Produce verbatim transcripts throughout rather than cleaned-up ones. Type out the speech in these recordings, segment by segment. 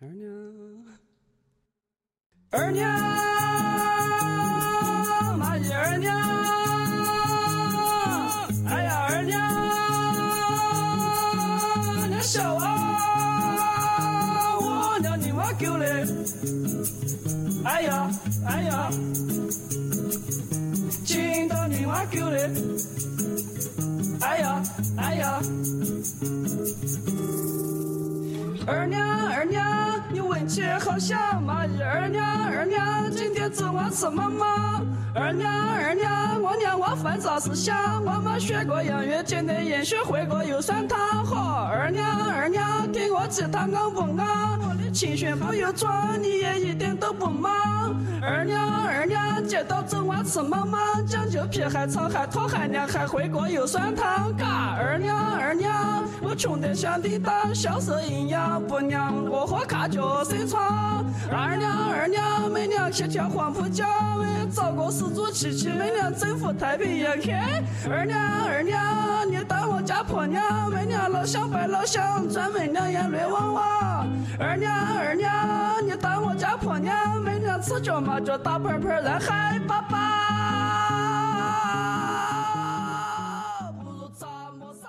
二娘，二娘，妈呀，二娘，哎呀，二娘，你笑啊，我娘你妈狗嘞，哎呀，哎呀，听到你妈狗嘞，哎呀，哎呀。二娘，二娘，你闻起好香嘛！二娘，二娘，今天中午吃么么？二娘，二娘，我娘我饭早是香，我们学过洋乐，今天也学会过油酸汤好。二娘，二娘，听我吉他硬不硬？我的琴弦不有装，你也一点都不忙。二娘，二娘，接到中午吃么么？讲究皮还炒还套还娘，还会过油酸汤嘎。二娘，二娘，我穷得像地大，小时营养不良，我喝卡脚睡床。二娘，二娘，每娘去跳黄浦江，为找个四柱七七，每娘征服太平洋开。二娘，二娘，你当我家婆娘，每娘老乡白老乡，专门娘眼泪汪汪。二娘，二娘，你当我家婆娘，每娘吃脚麻脚大盆盆人嗨爸爸，不如咱们仨。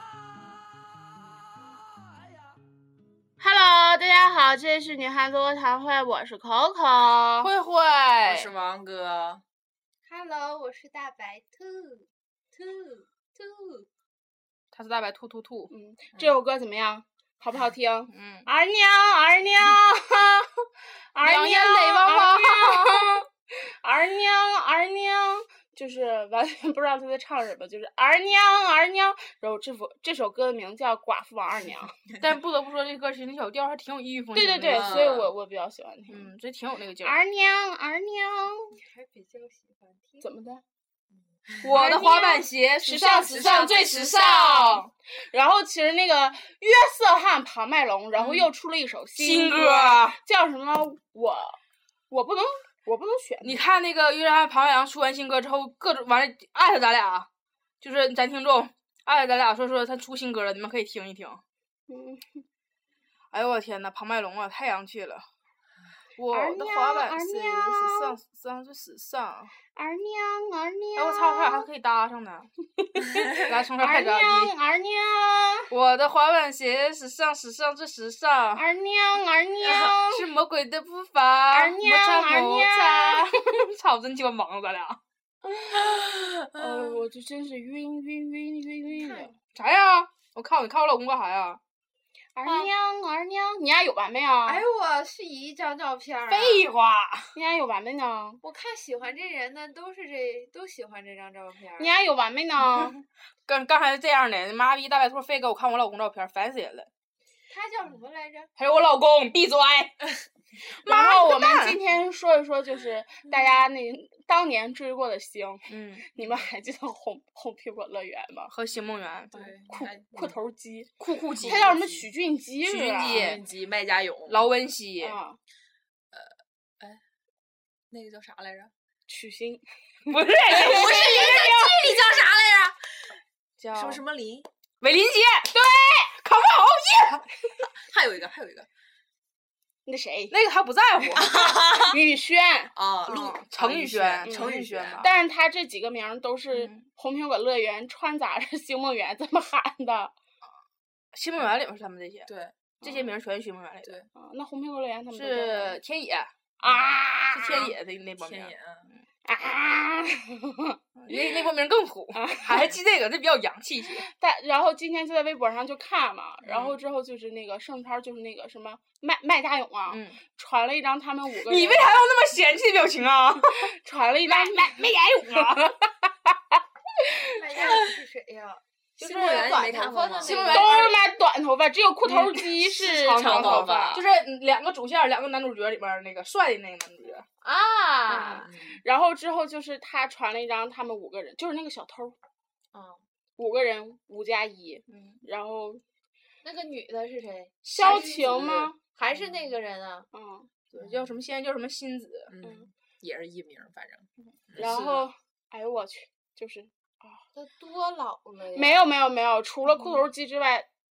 Hello， 大家好，这里是女汉子卧谈会，我是 Coco， 慧慧， 我是王哥。 Hello， 我是大白兔，兔兔， 他是大白兔兔兔。 嗯，这首歌怎么样？好不好听？ 嗯。 二娘，二娘，二娘， 泪汪汪， 二娘，二娘。就是完全不知道他在唱什么，就是二娘二娘，然后这首这首歌的名叫《寡妇王二娘》， 但不得不说这歌其实那小调还挺有异域风情的。对对对，所以我我比较喜欢听。 嗯，这挺有那个劲儿。 二娘二娘， 你还比较喜欢听？ 怎么的？ 我的滑板鞋时尚时尚最时尚。然后其实那个约瑟翰庞麦隆，然后又出了一首新歌，叫什么？我我不能。我不能选。 你看那个约翰庞麦郎出完新歌之后，各种完了艾特咱俩，就是咱听众艾特咱俩说说他出新歌了，你们可以听一听。 嗯。哎呦我天呐，庞麦龙啊，太洋气了！我的滑板鞋时尚时尚最时尚。 二娘二娘。 哎我操，他俩还可以搭上呢。来从这开始。 二娘二娘。 我的滑板鞋时尚时尚最时尚。 二娘二娘。 是魔鬼的步伐。 二娘二娘。 操，真鸡巴忙咱俩。 呃，我就真是晕晕晕晕晕的。 啥呀？我靠，你看我老公干啥呀？ 二娘二娘，你俩有完没有？ 哎，我是一张照片啊。 废话， 你俩有完没呢？ 我看喜欢这人的都是这都喜欢这张照片。 你俩有完没呢？ 刚刚才是这样的，妈逼大白兔非给我看我老公照片，烦死人了。 他叫什么来着？ 还有我老公，闭嘴。 然后我们今天说一说，就是大家那当年追过的星， 嗯， 你们还记得红红苹果乐园吗？ 和星梦园， 对， 裤裤头鸡， 酷酷鸡， 他叫什么？许俊基许是吧？ 俊基、基、麦家勇、 劳文熙， 啊， 呃，哎，那个叫啥来着？ 曲星， 不是，不是一个剧里叫啥来着？ 叫什么什么林？ 韦林杰，对，考不好耶。 还有一个，还有一个。 那谁？ 那个他不在乎。 宇轩啊，陆程宇轩， 程宇轩吧。 但是他这几个名都是红苹果乐园穿杂着星梦园这么喊的。 星梦园里面是他们这些， 对， 这些名全是星梦园里的。 对， 啊，那红苹果乐园他们是天野啊， 是天野的那波名。 天野啊， 那那波名更土，还记这个，这比较洋气一些。 但然后今天就在微博上就看嘛，然后之后就是那个盛超，就是那个什么麦麦家勇啊， 嗯， 传了一张他们五个人。 你为啥要那么嫌弃的表情啊？ 传了一张麦麦家勇啊。 麦家勇是谁呀？ 就是短头发的， 星梦园都是买短头发，只有裤头鸡是长头发， 就是两个主线，两个男主角里边那个帅的那个男主角啊。然后之后就是他传了一张他们五个人，就是那个小偷， 啊， 五个人五加一， 嗯， 然后那个女的是谁？ 萧晴吗？ 还是那个人啊？ 嗯， 对，叫什么？现在叫什么新子？ 嗯，也是艺名，反正。 然后，哎呦我去，就是。 他多老了呀！ 没有没有没有，除了裤头鸡之外，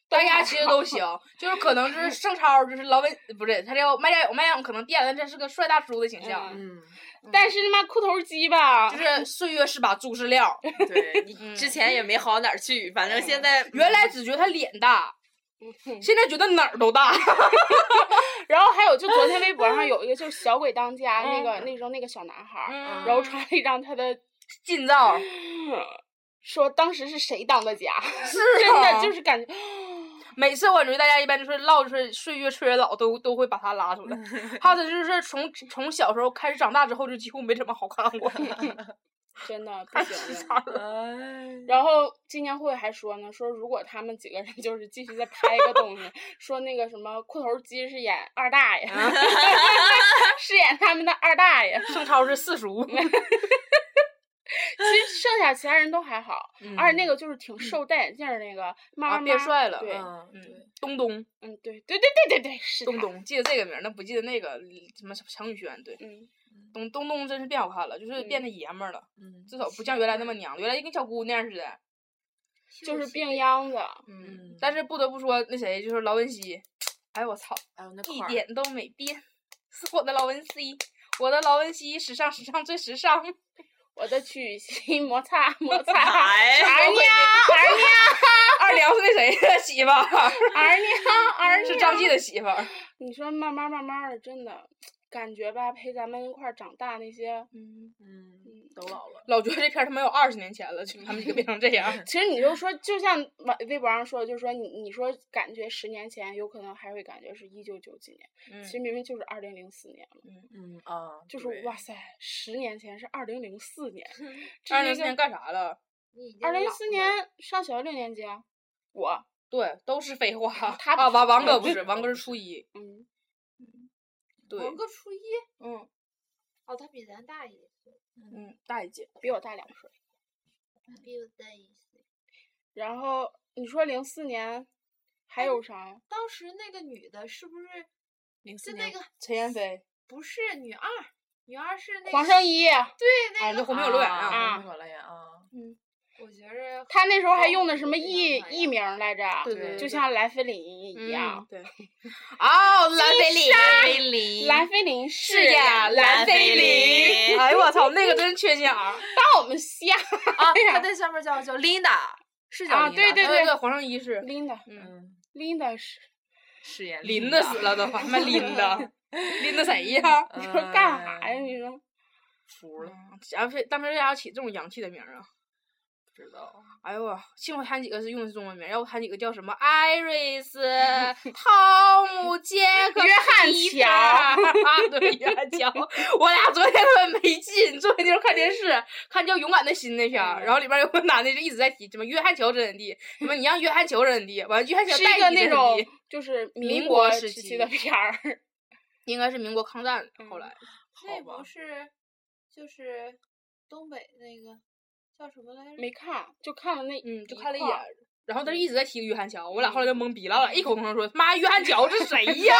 大家其实都行，就是可能就是盛超就是老文不是他叫麦家勇，麦家勇可能变了，但是个帅大叔的形象。 嗯， 但是他妈裤头鸡吧， 就是岁月是把猪饲料。 对你之前也没好哪儿去，反正现在原来只觉得他脸大，现在觉得哪儿都大。 然后还有就昨天微博上有一个就是小鬼当家那个那时候那个小男孩， 嗯然后传了一张他的近照， 说当时是谁当的家， 是真啊的就是感觉。 每次我感觉大家一般就是唠就是岁月催人老，都都会把他拉出来。他这就是从从小时候开始长大之后就几乎没怎么好看过， 真的不行了。 哎， 然后纪念会还说呢，说如果他们几个人就是继续再拍一个东西，说那个什么裤头鸡是演二大爷，饰演他们的二大爷， 盛超是四叔。 其实剩下其他人都还好， 嗯而且那个就是挺瘦戴眼镜儿那个妈妈、 啊变帅了对， 嗯， 嗯对， 东东， 嗯，对对对对对对，是他， 东东，记得这个名儿，但不记得那个什么程宇轩。对， 嗯， 东东东真是变好看了，就是变得爷们儿了， 嗯， 至少不像原来那么娘，原来跟小姑娘似的。 就是病秧子， 嗯，但是不得不说，那谁就是劳文熙，哎我操， 哎呦那块儿， 一点都没变，是我的劳文熙，我的劳文熙，时尚时尚最时尚。 我的曲心摩擦摩擦， 哎儿娘儿娘二娘是那谁的媳妇儿， 儿娘儿娘， 是张继的媳妇儿。 你说慢慢慢慢的，真的感觉吧，陪咱们一块儿长大那些， 嗯， 嗯，都老了， 老觉得这片儿他妈有二十年前了，就他们几个变成这样。 其实你就说，就像微微博上说的，就是说你你说感觉十年前有可能还会感觉是一九九几年， 嗯其实明明就是二零零四年了， 嗯啊， 就是对哇塞，十年前是二零零四年， 二零零四年干啥了？ 二零零四年上小学六年级啊，我对，都是废话。 他不啊，王王哥是不是，王哥是初一。 嗯， 对， 王哥初一， 嗯哦，他比咱大一岁， 嗯，大一届。 比我大两岁。 比我大一岁。 然后你说零四年还有啥呀？ 当时那个女的是不是零四年就那个陈妍霏。 不是女二？女二是那个黄圣依， 对啊， 那个， 那红梅有乐园啊。 啊红梅有乐园啊， 我觉着他那时候还用的什么高中艺那样艺名来着？ 对对对就像蓝菲林一样嗯。对。哦，蓝菲林。 菲林， 蓝菲林饰是呀，蓝菲菲林。 林哎呦我操，那个真缺心眼儿。 把我们吓啊，他在上面叫叫 Linda，是叫啊 Linda， 对对对对，黄圣依是。 Linda 嗯， Linda 是饰演林的死了都，他妈林的，林的谁呀？ 你说干啥呀？你说服了， 咱非当时为啥要起这种洋气的名儿啊？ 不知道， 哎呦我，幸亏他几个是用的是中文名，要不他几个叫什么艾瑞斯、汤姆、杰克、 约翰皮乔特啊，对，约翰乔。我俩昨天特别没劲，昨天就是看电视，看叫《勇敢的心》那片儿，然后里边有个男的就一直在提什么约翰乔真人地，什么你让约翰乔真人地，完了约翰乔是一个代理真人那种地， 就是民国国时期时期的片儿。 应该是民国抗战后来。 那好吧不是就是东北那个叫什么来着？ 没看，就看了那嗯，就看了一块儿眼。然后他就一直在提约翰乔，我俩后来就懵逼了，我俩异口同声说：“妈，约翰乔是谁呀？”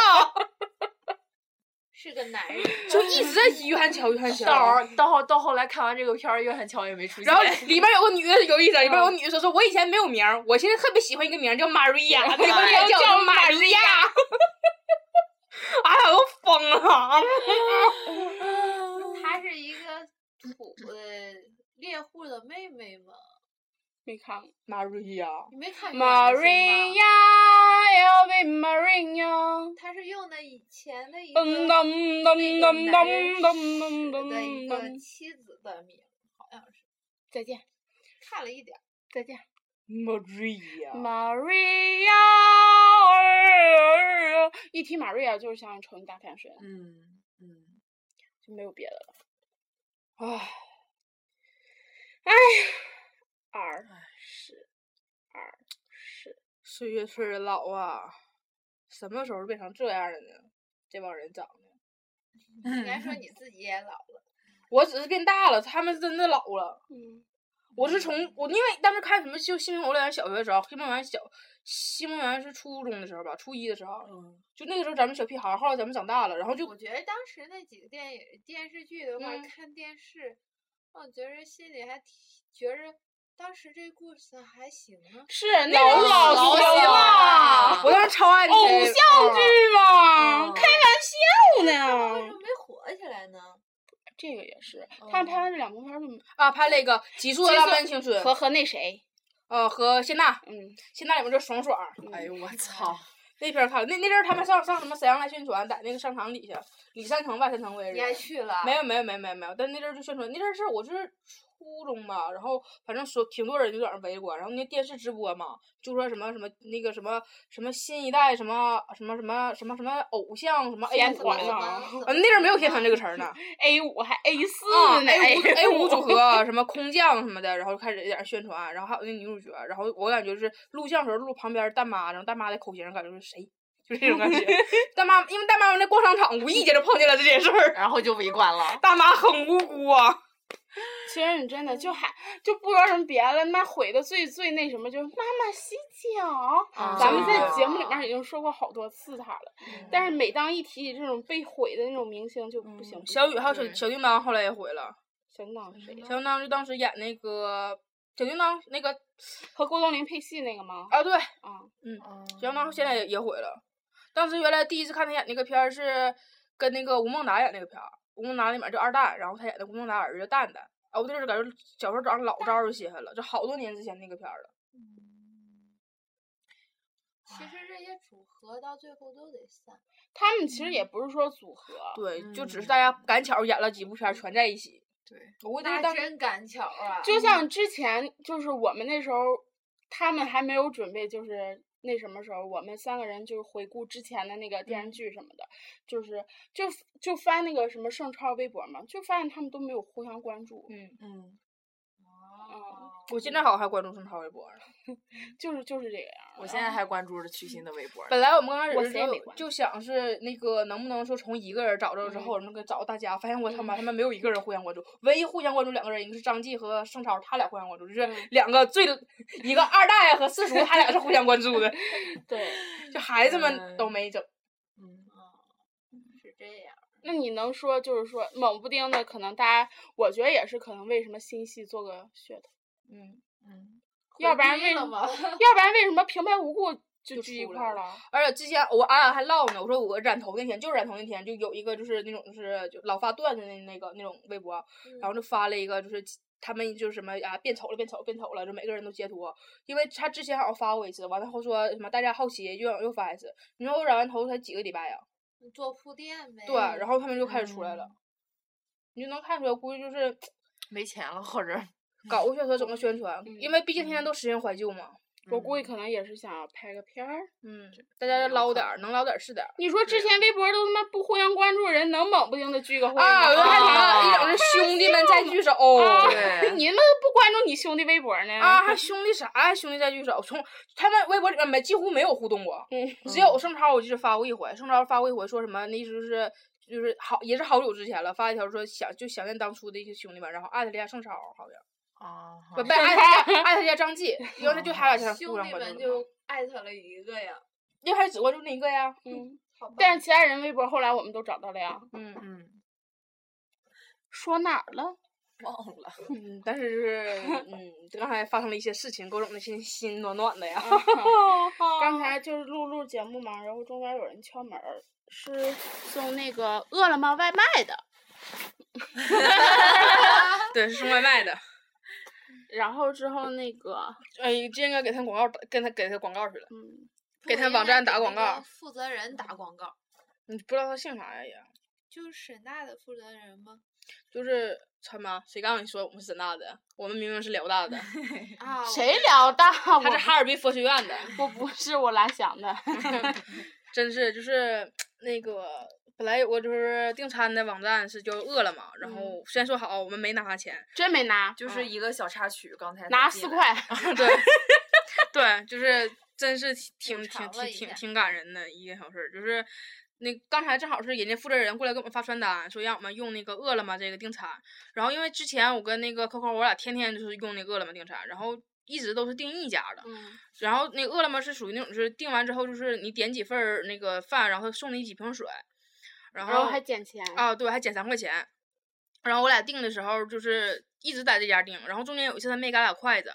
是个男人。 就一直在提约翰乔，约翰到乔。 后到后到后来看完这个片儿，约翰乔也没出现， 然后里边有个女的有意思，里边有个女的说说，我以前没有名儿，我现在特别喜欢一个名儿叫玛瑞亚，那个名儿叫做玛利亚。哎呀，我疯了！ 她是一个土呃猎户的妹妹吗？ 没看过。 玛瑞亚， 你没看过那个 Maria, 吗？ Ave Maria。 她是用的以前的一噔个噔噔噔噔噔噔的一个噔。 妻子的名，好像是再见， 看了一点儿。 再见。 玛瑞亚， Maria，一提 Maria 就是想抽你大碳水， 嗯嗯， 就没有别的了。 唉， 哎呀，二十，二十， 岁月催人老啊，什么时候变成这样的呢？这帮人长的， 应该说你自己也老了。 我只是变大了，他们是真的老了。 嗯， 我是从我因为当时看什么就《新民国乐园》小学的时候，《新民国乐园》小《新民国乐园》是初中的时候吧，初一的时候， 嗯就那个时候咱们小屁孩儿，后来咱们长大了，然后就我觉得当时那几个电影电视剧的话， 嗯看电视，我觉着心里还挺觉着当时这故事还行啊。 是那种老老型了。 超爱偶像剧嘛， 哦开玩笑呢。 为什么没火起来呢？ 这个也是，他们拍完这两部片儿就啊，拍了一个《极速的浪漫青春》 和和那谁， 呃和谢娜， 嗯， 谢娜里面就爽爽。 哎呦我操！ 那片儿看了，那那阵儿他们上上什么沈阳来宣传，在那个商场底下，里三层外三层位置。 你还去了？ 没有没有没有没有没有，但那阵儿就宣传，那阵儿是我是初中吧，然后反正说挺多人就在那儿围观，然后那电视直播嘛，就说什么什么那个什么什么新一代什么什么什么什么什么偶像什么 A 天五， 团呢呃那阵儿没有天团这个词儿呢。 A 五还 A 四啊呢 ，A 五 A 五组合什么空降什么的，然后开始在那宣传，然后还有那女主角，然后我感觉是录像时候录旁边大妈，然后大妈的口型感觉是谁，就是这种感觉。大妈因为大妈在逛商场，无意间就碰见了这件事儿， 然后就围观了。 大妈很无辜啊。 其实你真的就还就不说什么别的，那毁的最最那什么就是妈妈洗脚， 啊咱们在啊节目里面已经说过好多次他了，但是每当一提起这种被毁的那种明星就不行。不行小雨还有小对小叮当后来也毁了， 小叮当是谁呀？ 小叮当就当时演那个小叮当那个和郭冬临配戏那个吗？ 啊对， 啊， 嗯， 哦小叮当现在也也毁了。当时原来第一次看他演那个片儿是跟那个吴孟达演那个片儿，吴孟达里面就二蛋，然后他演的吴孟达儿子蛋蛋。啊，我那阵儿感觉小时候长得老招儿稀罕了，这好多年之前那个片儿了。 其实这些组合到最后都得散。 他们其实也不是说组合， 对，就只是嗯大家赶巧演了几部片儿全在一起。 对， 我记得当那真赶巧啊！ 就像之前就是我们那时候，他们还没有准备，就是那什么时候，我们三个人就是回顾之前的那个电视剧什么的，就是就就翻那个什么盛超微博嘛，就发现他们都没有互相关注， 嗯， 嗯， 哦， 我现在好像还关注盛超微博呢。 就是就是这个样儿。 我现在还关注着曲新的微博呢。 本来我们刚开我始就谁也没关注就想是那个能不能说从一个人找着之后，那个找大家，发现我他妈他们没有一个人互相关注，唯一互相关注两个人，一个是张继和盛超，他俩互相关注，就是嗯两个最一个二大爷和四叔，他俩是互相关注的， 对， 就孩子们嗯都没整。 嗯， 是这样。 那你能说就是说猛不丁的，可能大家我觉得也是可能为什么新戏做个噱头， 嗯， 嗯， 要不然回归了为什么吗？ 要不然为什么平白无故就就聚一出来了块儿了？ 而且之前我俺俩还唠呢，我说我染头那天，就染头那天，就有一个就是那种就是就老发段子的那个那种微博，然后就发了一个就是他们就是什么啊变丑了变丑了变丑了，就每个人都截图，因为他之前好像发过一次，完了后说什么大家好奇又又发一次，你说我染完头才几个礼拜呀？ 做铺垫呗。 对，然后他们就开始出来了， 嗯你就能看出来，估计就是没钱了或者搞个噱头，整个宣传， 嗯因为毕竟天天都实行怀旧嘛。 我估计可能也是想要拍个片儿。 嗯，大家捞点儿，能捞点儿是点儿。 你说之前微博都他妈不互相关注人，能猛不丁的聚个会吗？ 啊，我还啊想一整是兄弟们在聚首。 啊对你们不关注你兄弟微博呢？ 啊，还兄弟啥呀？兄弟在聚首，从他们微博里面没几乎没有互动过， 嗯， 只有盛超我记得发过一回，盛超发过一回说什么，那意思就是就是好也是好久之前了，发一条说想就想念当初的一些兄弟们，然后艾特了一下盛超好像， 啊， 不不艾特了一下艾特了一下张继，因为他就他俩互兄弟相关注的嘛， 们就艾特了一个呀。 一开始只关注那一个呀， 嗯， 好吧。 但是其他人微博后来我们都找到了呀。 嗯嗯， 说哪儿了？ 忘了。 嗯，但是就是嗯，刚才发生了一些事情，给我整的心心暖暖的呀。 刚才就是录录节目嘛，然后中间有人敲门儿，是送那个饿了么外卖的。 对，是送外卖的。 然后之后那个， 哎，这应该给他广告打，跟他给他广告去了。 嗯， 给他网站打广告。 负责人打广告， 你不知道他姓啥呀也？ 就是沈大的负责人吗？ 就是他妈，谁告诉你说我们是沈大的？我们明明是辽大的， 啊， 谁聊的？ 他是我哈尔滨佛学院的。 我不是我蓝翔的。 真是就是那个本来有个就是订餐的网站是叫饿了么，然后先说好我们没拿他钱， 真没拿， 就是一个小插曲，刚才拿四才进来。 块。 对对，就是真是挺挺挺吐槽了一下挺挺感人的一件小事儿，就是。那刚才正好是人家负责人过来给我们发传单，说让我们用那个饿了么这个订餐。然后因为之前我跟那个 Coco 我俩天天就是用那个饿了么订餐，然后一直都是订一家的。 嗯然后那个饿了么是属于那种就是订完之后就是你点几份儿那个饭，然后送你几瓶水，然后然后还减钱。 啊对，还减三块钱。然后我俩订的时候就是一直在这家订，然后中间有一次他没给俺俩筷子。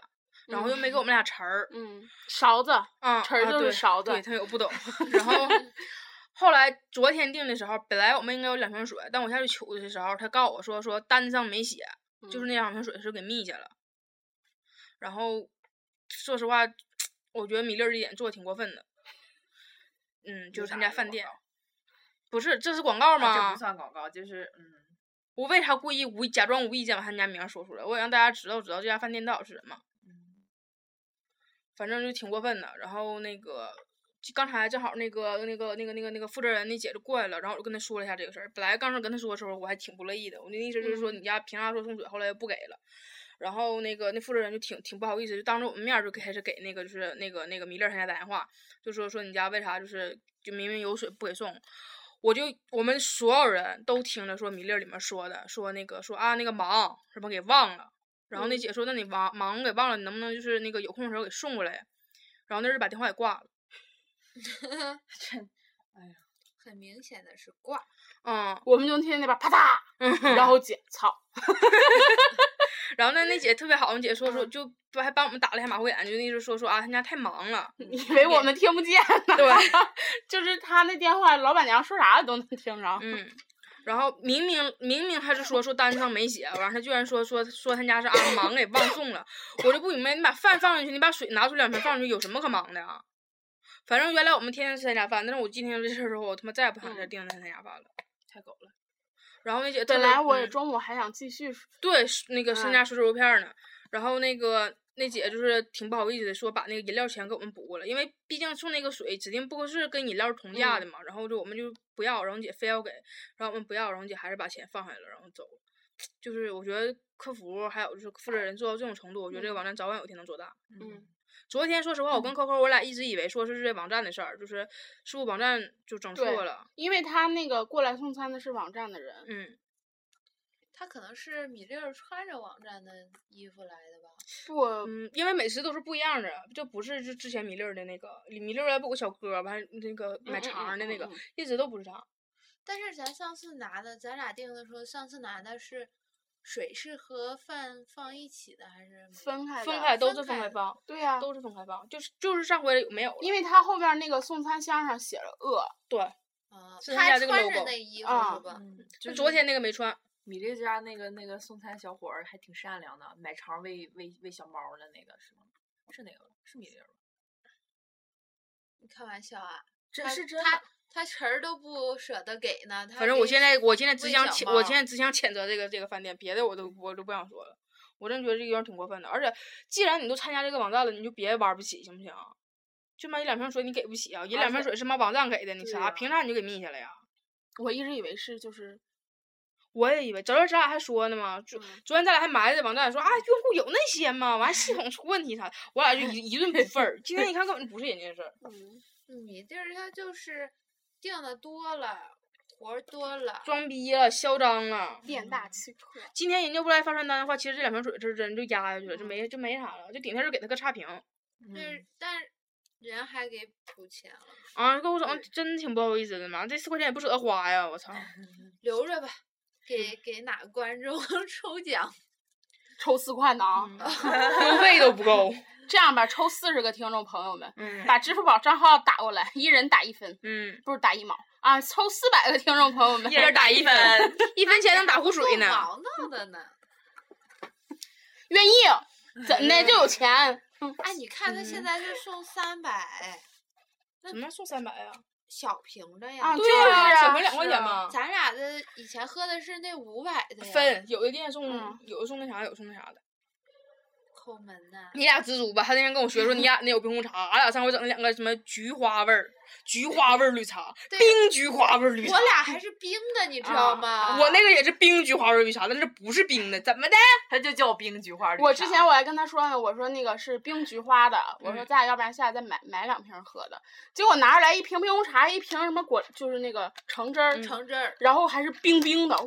然后又没给我们俩匙儿， 嗯，勺子， 嗯， 匙儿就是勺子， 对他有不懂，然后。后来昨天订的时候，本来我们应该有两瓶水，但我下去取的时候，他告诉我说说单上没写， 嗯、 就是那两瓶水是给密下了。然后说实话，我觉得米粒儿这点做的挺过分的。嗯，就是他家饭店，不是，这是广告吗？ 啊、这不算广告，就是嗯。 我为啥故意无假装无意间把他家名说出来？我也让大家知道知道这家饭店到底是什么。 嗯， 反正就挺过分的。然后那个。刚才正好那个那个那个那个那个负责人那姐就过来了，然后我就跟她说了一下这个事儿。本来刚开始跟她说的时候，我还挺不乐意的，我的意思就是说你家凭啥说送水，后来又不给了。然后那个那负责人就挺挺不好意思，就当着我们面就开始给那个就是那个那个米粒儿他家打电话，就说说你家为啥就是就明明有水不给送。我就我们所有人都听着说米粒儿里面说的，说那个说啊那个忙什么给忘了。然后那姐说那你忙忙给忘了，你能不能就是那个有空的时候给送过来？然后那人把电话给挂了。 这，哎呀， 很明显的是挂。 嗯， 我们就听见那边啪嗒，嗯、然后姐操， 然后那那姐特别好，那姐说说就还帮我们打了一下马虎眼，就那意思说说啊，他家太忙了， 以为我们听不见呢。 对， 就是他那电话，老板娘说啥都能听着。 嗯。然后明明明明他是说说单上没写，完他居然说说说他家是啊忙给忘送了，我就不明白，你把饭放进去，你把水拿出两瓶放进去，有什么可忙的啊？反正原来我们天天吃他家饭，但是我今天这事儿之后，我他妈再也不想再订他家饭了，太狗了。然后那姐本来我也中午还想继续、嗯、 对那个剩下水煮肉片呢，然后那个那姐就是挺不好意思的说把那个饮料钱给我们补过来，因为毕竟送那个水指定不是跟饮料同价的嘛，嗯、然后就我们就不要，然后姐非要给，然后我们不要，然后姐还是把钱放下来了，然后走。就是我觉得客服还有就是负责人做到这种程度，我觉得这个网站早晚有一天能做大。 嗯。 昨天说实话，我跟扣扣我俩一直以为说是这网站的事儿，就是是不网站就整错了， 因为他那个过来送餐的是网站的人， 嗯， 他可能是米粒儿穿着网站的衣服来的吧？ 不， 嗯，因为每次都是不一样的，就不是就之前米粒儿的那个，米粒儿来不有个小哥吧，那个买肠的那个， 嗯嗯嗯嗯一直都不是他。 但是咱上次拿的，咱俩订的时候，上次拿的是。水是和饭放一起的还是分开的？ 分开都是分开放。 对呀、啊， 都是分开放，就是就是上回没有了。 因为他后边那个送餐箱上写着饿。 对。 啊， 是他家这个 logo。 他穿着那衣服是吧？ 嗯， 就昨天那个没穿。 米粒家那个那个送餐小伙儿还挺善良的，买肠喂喂喂小猫的那个是吗？是哪个？是米粒吧？ 你开玩笑啊？ 这是真的。 他他词儿都不舍得给呢。 反正我现在我现在只想谴，我现在只想谴责这个这个饭店，别的我都我都不想说了。我真觉得这个有点挺过分的，而且既然你都参加这个网站了，你就别玩不起，行不行？就妈一两瓶水你给不起啊？一两瓶水是妈网站给的，你啥？凭啥你就给密下来呀？ 我一直以为是就是。 我也以为，昨天咱俩还说呢嘛，昨昨天咱俩还埋汰网站说啊，用户有那些吗？完系统出问题啥的，我俩就一一顿不忿儿。今天一看根本就不是人家的事儿。 嗯，米粒儿他就是订的多了，活儿多了， 装逼了，嚣张了， 店大欺客。 今天人家不来发传单的话，其实这两瓶水是真就压下去了，就没就没啥了，就顶天就给他个差评。 嗯，但人还给补钱了。 啊，给我整真挺不好意思的嘛，这四块钱也不舍得花呀，我操。 留着吧。给给哪个观众抽奖？ 抽四块呢啊！ 邮费都不够。 这样吧，抽四十个听众朋友们， 嗯， 把支付宝账号打过来，一人打一分， 嗯， 不是打一毛啊，抽四百个听众朋友们， 一人打一分，一分钱能打壶水呢。 毛闹的呢。 愿意，怎的就有钱？ 哎，你看他现在是送三百， 什么送三百呀？ 小瓶的呀， 啊， 对呀， 小瓶两块钱嘛。 咱俩的以前喝的是那五百的呀。 分，有的店送， 嗯、 有的送那啥，有的送那啥的。 抠门呐！ 你俩知足吧。他那天跟我学说，你俩那有冰红茶，俺俩上回整了两个什么菊花味儿、菊花味儿绿茶，冰菊花味儿绿茶。 我俩还是冰的，你知道吗？ 啊、我那个也是冰菊花味儿绿茶，但是不是冰的，怎么的？ 他就叫冰菊花绿茶。 我之前我还跟他说呢，我说那个是冰菊花的，我说咱俩要不然下来再买买两瓶喝的。结果拿出来一瓶冰红茶，一瓶什么果，就是那个橙汁儿， 橙汁儿， 然后还是冰冰的，哇！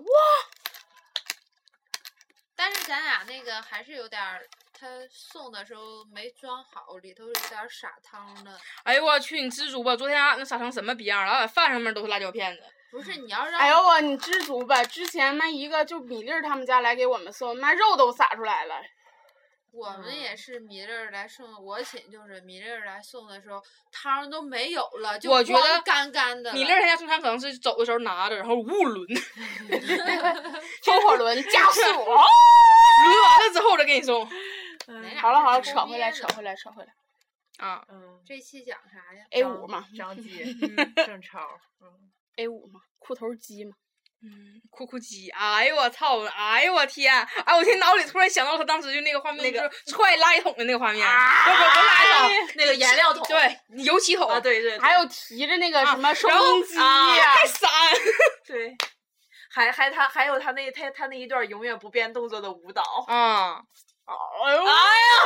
但是咱俩那个还是有点儿。他送的时候没装好，里头有点撒汤的。 哎呦我去，你知足吧！昨天俺那撒成什么逼样了？俺饭上面都是辣椒片子。 不是你要让…… 哎呦我，你知足吧！之前那一个就米粒儿他们家来给我们送，那肉都撒出来了。 我们也是米粒儿来送，我寝就是米粒儿来送的时候，汤都没有了，就我觉得干干的。 米粒儿他家中餐可能是走的时候拿着，然后雾轮， 风火轮加速， 轮完了之后再给你送。 好了好了，扯回来扯回来扯回来。 啊， 嗯， 这期讲啥呀 ？A 五嘛， 张记，郑超，嗯 ，A 五嘛，裤头鸡嘛。 嗯，酷酷鸡，哎呦我操，哎呦我天，哎我天脑里突然想到他当时就那个画面， 那个就是踹垃圾桶的那个画面， 啊、 不不不垃圾桶， 那个颜料桶， 对，油漆桶啊，对对， 还有提着那个什么收音机呀，太闪， 对，还还他还有他那他他那一段永远不变动作的舞蹈啊， 哎呦， 哎呀，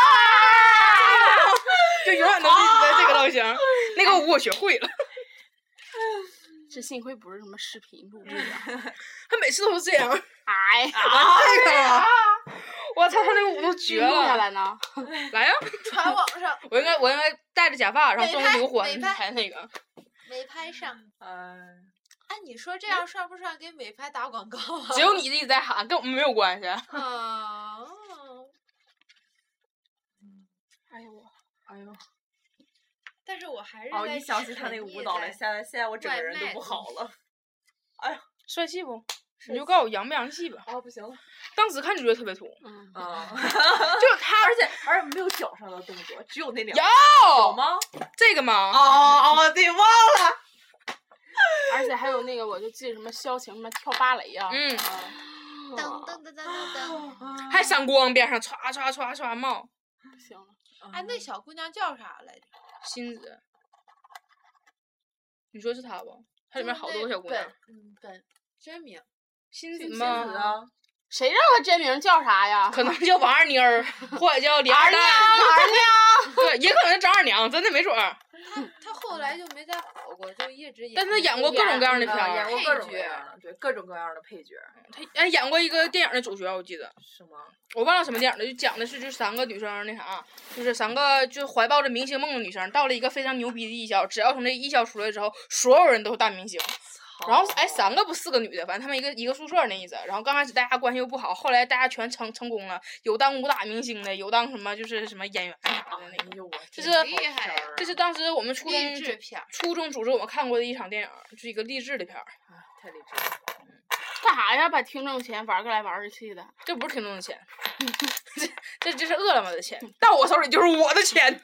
就永远都一直在这个造型，那个舞我学会了。 这幸亏不是什么视频录制的， 他每次都是这样。 哎， 啊，这个，我操，他那个舞都绝了。 录下来呢， 来呀， 传网上。 我应该我应该戴着假发，然后装刘欢美拍那个。 没拍上。 嗯。 哎，你说这样算不算给美拍打广告啊？ 只有你自己在喊，跟我们没有关系。 啊。 哎呦我，哎呦。 但是我还是哦，一想起他那个舞蹈来，现在现在我整个人都不好了。哎呀， 帅气不？你就告诉我洋不洋气吧。 哦，不行了。 当时看就觉得特别土。 嗯啊。 就他， 而且而且没有脚上的动作，只有那两。 有有吗？ 这个吗？ 哦哦，对，忘了。 而且还有那个，我就记得什么萧晴什么跳芭蕾啊。 嗯。 噔噔噔噔噔噔。 还闪光，边上歘歘歘歘冒。 不行了。 哎，那小姑娘叫啥来着？ 欣子。你说是她不？她里面好多个小姑娘。 嗯，本真名。 欣子吗？ 谁让她真名叫啥呀？ 可能叫王二妮儿，或者叫李二蛋。 二娘。 对，也可能是张二娘，真的没准儿。 她她后来就没再火过，就一直演。 但她演过各种各样的片儿， 演过各种各样的，对，各种各样的配角。 她哎演过一个电影的主角，我记得。 是吗？ 我忘了什么电影了，就讲的是就三个女生那啥，就是三个就怀抱着明星梦的女生，到了一个非常牛逼的艺校，只要从这艺校出来之后，所有人都是大明星。然后哎，三个不四个女的，反正他们一个一个宿舍那意思。然后刚开始大家关系又不好，后来大家全成成功了，有当武打明星的，有当什么就是什么演员啥的那个。这是厉害呀！ 这是当时我们初中励志片， 初中组织我们看过的一场电影，就是一个励志的片儿。 啊，太励志了！ 干啥呀？把听众钱玩过来玩去的？ 这不是听众的钱，这这这是饿了么的钱，到我手里就是我的钱。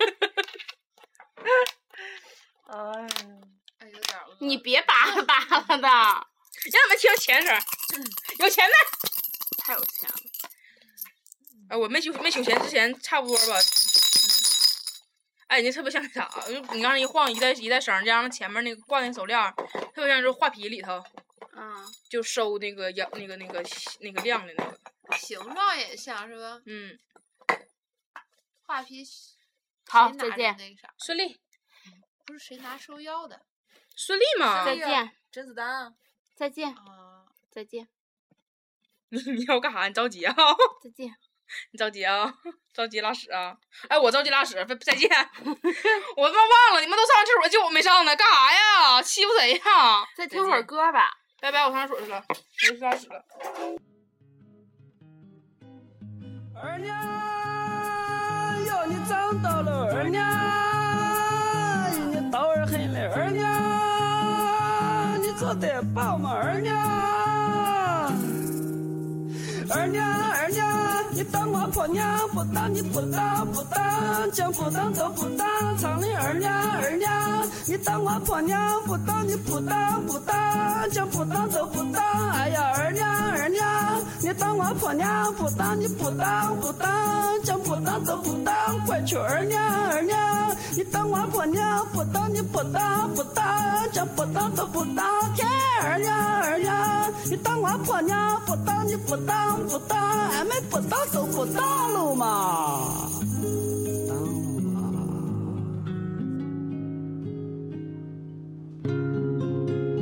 哎。 哎，有点饿。 你别扒拉扒拉的， 让你们听钱声，有钱没？ 太有钱了。 哎，我没修没修钱之前差不多吧。哎，你特别像啥？就你刚才一晃一带一带绳，加上前面那个挂那个手链，特别像是画皮里头， 嗯， 就收那个样那个那个那个亮的那个。 形状也像是吧？ 嗯。 画皮。 好，再见。 那个啥。 顺利。 不是谁拿收腰的。 顺利吗？ 再见， 甄子丹。 再见， 啊， 再见。 你你要干啥？你着急啊？ 再见。 你着急啊？着急拉屎啊？哎，我着急拉屎，再见。我他妈忘了，你们都上完厕所，就我没上呢，干啥呀？欺负谁呀？ 再听会儿歌吧。 拜拜，我上厕所去了，我去拉屎了。 二娘哟，你长大了，二娘。道儿黑了，二娘，你做得饱吗？二娘，二娘，二娘，你当我婆娘不当，你不当不当，讲不当都不当，唱的二娘，二娘，你当我婆娘不当，你不当不当，讲不当都不当，哎呀，二娘，二娘，你当我婆娘不当，你不当不当，讲不当都不当，乖曲二娘，二娘，你当我婆娘不当，你不当不当，讲不当都不当，天二娘，二娘，你当我婆娘不当，你不当不当，俺们不当都不当了嘛。